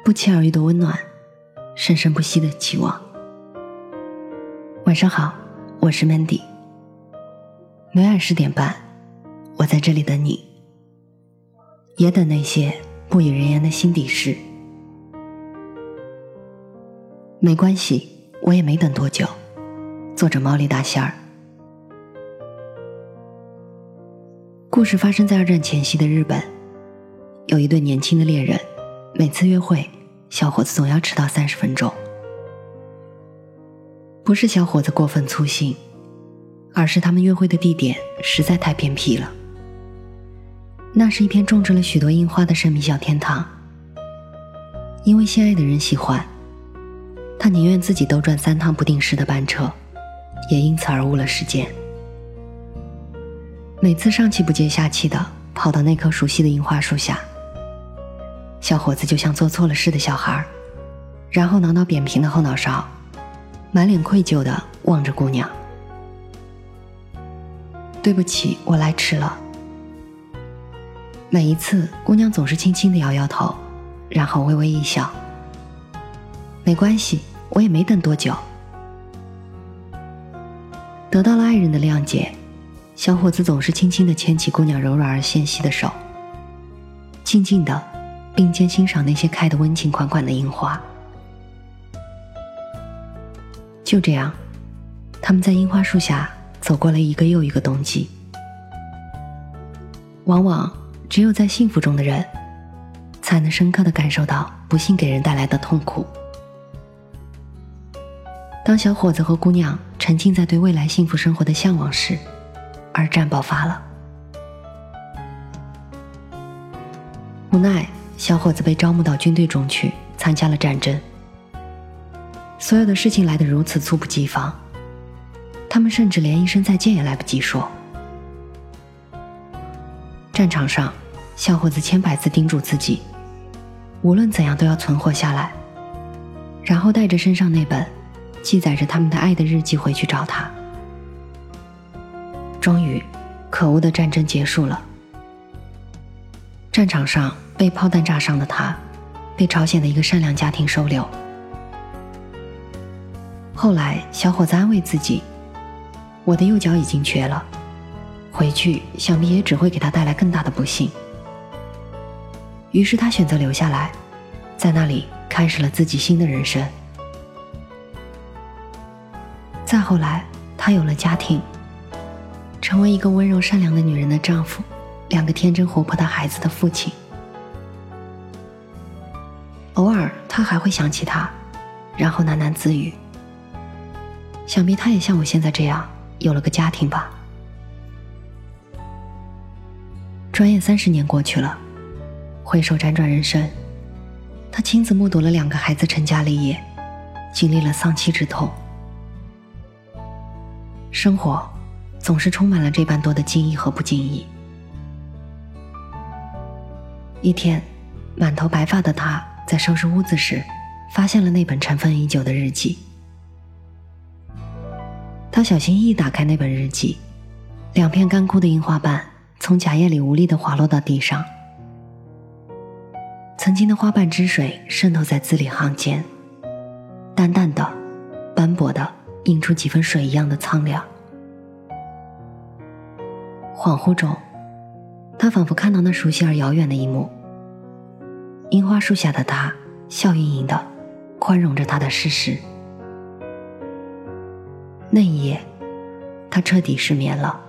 不期而遇的温暖，生生不息的期望。晚上好，我是 Mandy。 每晚10点半，我在这里等你，也等那些不语人言的心底事。没关系，我也没等多久。作者毛利大仙儿。故事发生在2战前夕的日本，有一对年轻的恋人，每次约会，小伙子总要迟到30分钟。不是小伙子过分粗心，而是他们约会的地点实在太偏僻了。那是一片种植了许多樱花的神秘小天堂。因为心爱的人喜欢，他宁愿自己兜转3趟不定时的班车，也因此而误了时间。每次上气不接下气地跑到那棵熟悉的樱花树下，小伙子就像做错了事的小孩，然后挠挠扁平的后脑勺，满脸愧疚地望着姑娘。对不起，我来迟了。每一次姑娘总是轻轻地摇摇头，然后微微一笑。没关系，我也没等多久。得到了爱人的谅解，小伙子总是轻轻地牵起姑娘柔软而纤细的手，静静地并肩欣赏那些开得温情款款的樱花。就这样，他们在樱花树下走过了一个又一个冬季。往往只有在幸福中的人，才能深刻地感受到不幸给人带来的痛苦。当小伙子和姑娘沉浸在对未来幸福生活的向往时，二战爆发了。无奈，小伙子被招募到军队中去，参加了战争。所有的事情来得如此猝不及防，他们甚至连一声再见也来不及说。战场上，小伙子千百次叮嘱自己，无论怎样都要存活下来，然后带着身上那本记载着他们的爱的日记回去找他。终于，可恶的战争结束了。战场上被炮弹炸伤的他，被朝鲜的一个善良家庭收留。后来，小伙子安慰自己，我的右脚已经瘸了，回去想必也只会给他带来更大的不幸。于是他选择留下来，在那里开始了自己新的人生。再后来，他有了家庭，成为一个温柔善良的女人的丈夫，2个天真活泼的孩子的父亲。偶尔他还会想起他，然后喃喃自语，想必他也像我现在这样有了个家庭吧。转眼30年过去了，回首辗转人生，他亲自目睹了2个孩子成家立业，经历了丧妻之痛。生活总是充满了这般多的经意和不经意。一天，满头白发的他在收拾屋子时，发现了那本尘封已久的日记。他小心翼翼打开那本日记，2片干枯的樱花瓣从夹页里无力地滑落到地上。曾经的花瓣汁水渗透在字里行间，淡淡的、斑驳的，映出几分水一样的苍凉。恍惚中，他仿佛看到那熟悉而遥远的一幕，樱花树下的他笑盈盈的宽容着他的事实。那一夜，他彻底失眠了。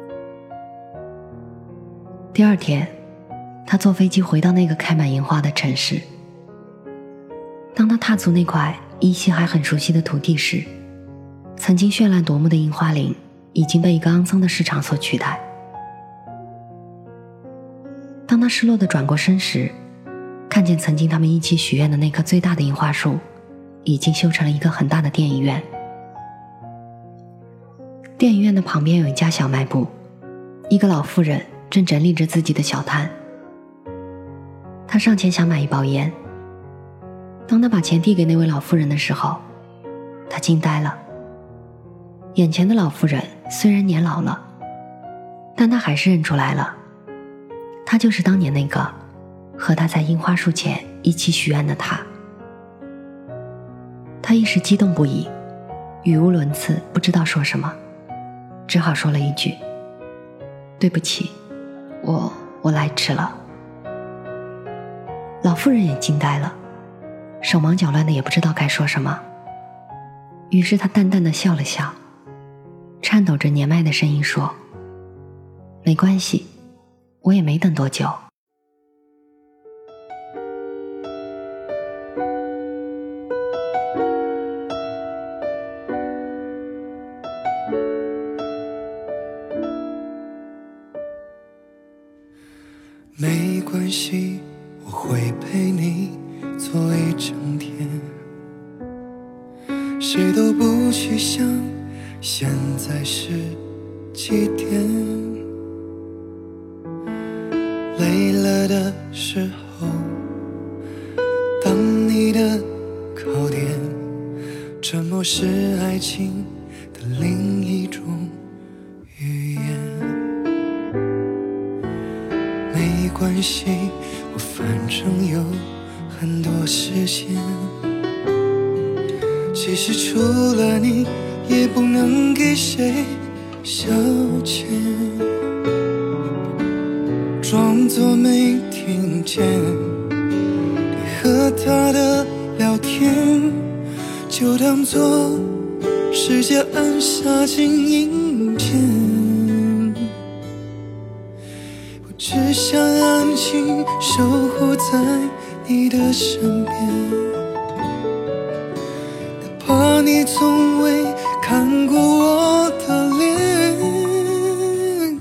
第2天，他坐飞机回到那个开满樱花的城市。当他踏足那块依稀还很熟悉的土地时，曾经绚烂夺目的樱花林已经被一个肮脏的市场所取代。当他失落地转过身时，看见曾经他们一起许愿的那棵最大的樱花树已经修成了一个很大的电影院。电影院的旁边有一家小卖部，一个老妇人正整理着自己的小摊。他上前想买一包烟，当他把钱递给那位老妇人的时候，他惊呆了。眼前的老妇人虽然年老了，但他还是认出来了，他就是当年那个和他在樱花树前一一起许愿的他。他一时激动不已，语无伦次，不知道说什么，只好说了一句：对不起，我来迟了。老妇人也惊呆了，手忙脚乱的也不知道该说什么。于是她淡淡的笑了笑，颤抖着年迈的声音说：没关系，我也没等多久。 没关系，我会陪你坐一整天，谁都不去想现在是几点。累了的时候，当你的靠垫，沉默是爱情的另一种语言。没关系，我反正有很多时间，其实除了你也不能给谁消遣，装作没听见你和他的聊天，就当作世界按下静音键。只想安静守护在你的身边，哪怕你从未看过我的脸。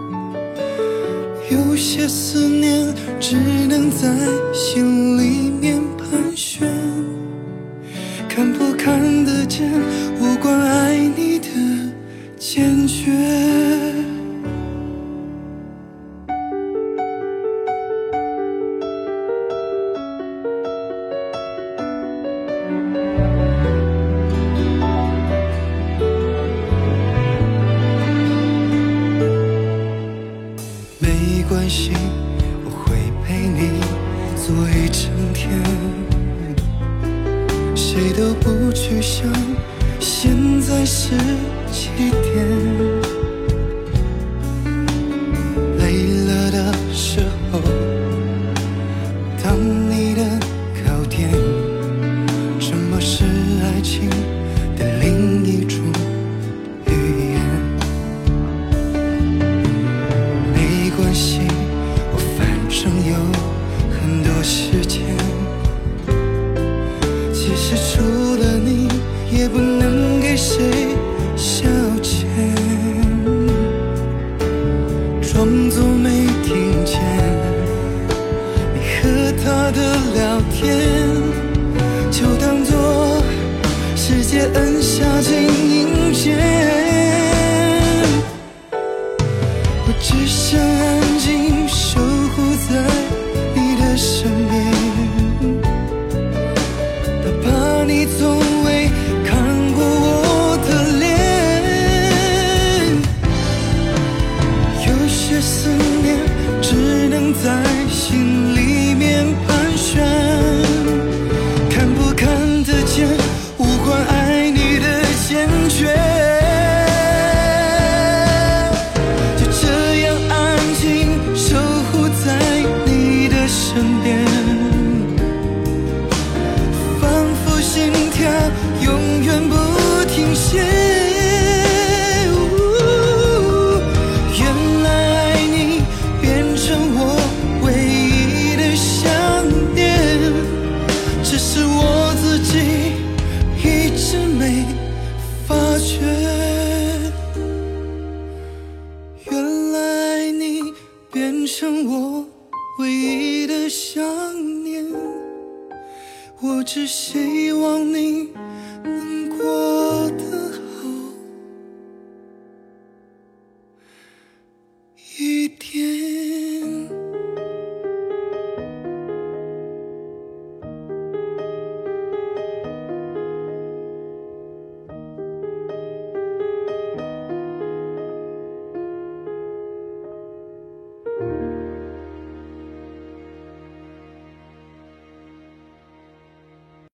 有些思念只能在心里面盘旋，看不看得见无关爱你的坚决。没关系，我会陪你坐一整天，谁都不去想现在是几点。累了的时候，当你的靠垫，沉默是爱情的另一种语言。没关系，我反正有很多时间，其实除了你也不能给谁消遣，装作没听见你和他的聊天，就当作世界按下静音键。我只想安静守护在你的身边，哪怕你从未看过我的脸。有些思念只能在心里面盘旋，看不看得见无关爱你的坚决。身边，仿佛心跳永远不停歇。原来爱你变成我唯一的想念，只是我自己一直没发觉。原来爱你变成我唯一的想念，我只希望你